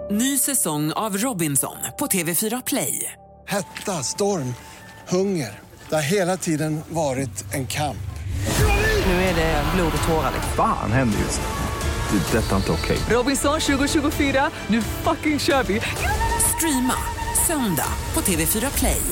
Ny säsong av Robinson på TV4 Play. Hetta, storm, hunger. Det har hela tiden varit en kamp. Nu är det blod och tårar. Fan händer just nu. Det. Detta är inte okej. Robinson 2024, nu fucking kör vi. Streama söndag på TV4 Play.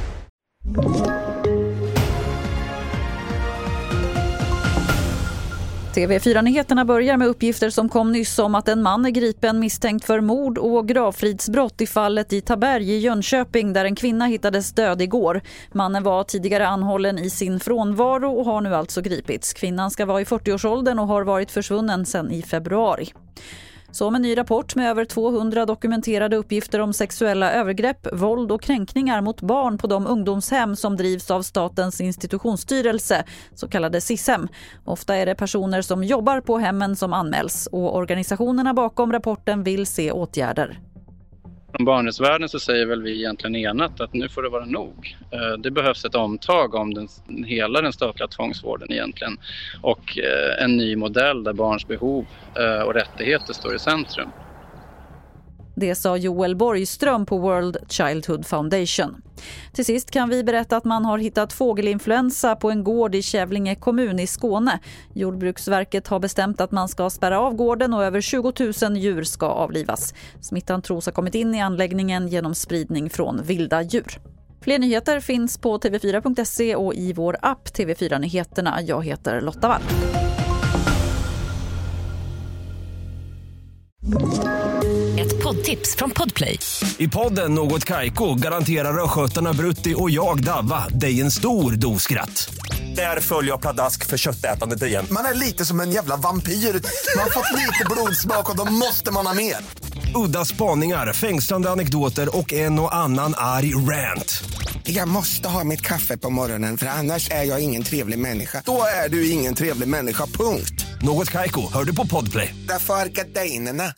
TV4-nyheterna börjar med uppgifter som kom nyss om att en man är gripen misstänkt för mord och gravfridsbrott i fallet i Taberg i Jönköping där en kvinna hittades död igår. Mannen var tidigare anhållen i sin frånvaro och har nu alltså gripits. Kvinnan ska vara i 40-årsåldern och har varit försvunnen sedan i februari. Som en ny rapport med över 200 dokumenterade uppgifter om sexuella övergrepp, våld och kränkningar mot barn på de ungdomshem som drivs av Statens institutionsstyrelse, så kallade SIS-hem. Ofta är det personer som jobbar på hemmen som anmäls och organisationerna bakom rapporten vill se åtgärder. Från barnrättsvärlden så säger väl vi egentligen enat att nu får det vara nog. Det behövs ett omtag om hela den statliga tvångsvården egentligen. Och en ny modell där barns behov och rättigheter står i centrum. Det sa Joel Borgström på World Childhood Foundation. Till sist kan vi berätta att man har hittat fågelinfluensa på en gård i Kävlinge kommun i Skåne. Jordbruksverket har bestämt att man ska spärra av gården och över 20 000 djur ska avlivas. Smittan tros ha kommit in i anläggningen genom spridning från vilda djur. Fler nyheter finns på tv4.se och i vår app TV4 Nyheterna. Jag heter Lotta Wall. Ett poddtips från Podplay. I podden Något Kaiko garanterar röskötarna Brutti och jag Davva dig en stor doskratt. Där följer jag pladask för köttätandet igen. Man är lite som en jävla vampyr. Man har fått lite blodsmak och då måste man ha mer. Udda spaningar, fängslande anekdoter och en och annan arg rant. Jag måste ha mitt kaffe på morgonen för annars är jag ingen trevlig människa. Då är du ingen trevlig människa, punkt. Något Kaiko, hör du på Podplay. Därför är gardinerna.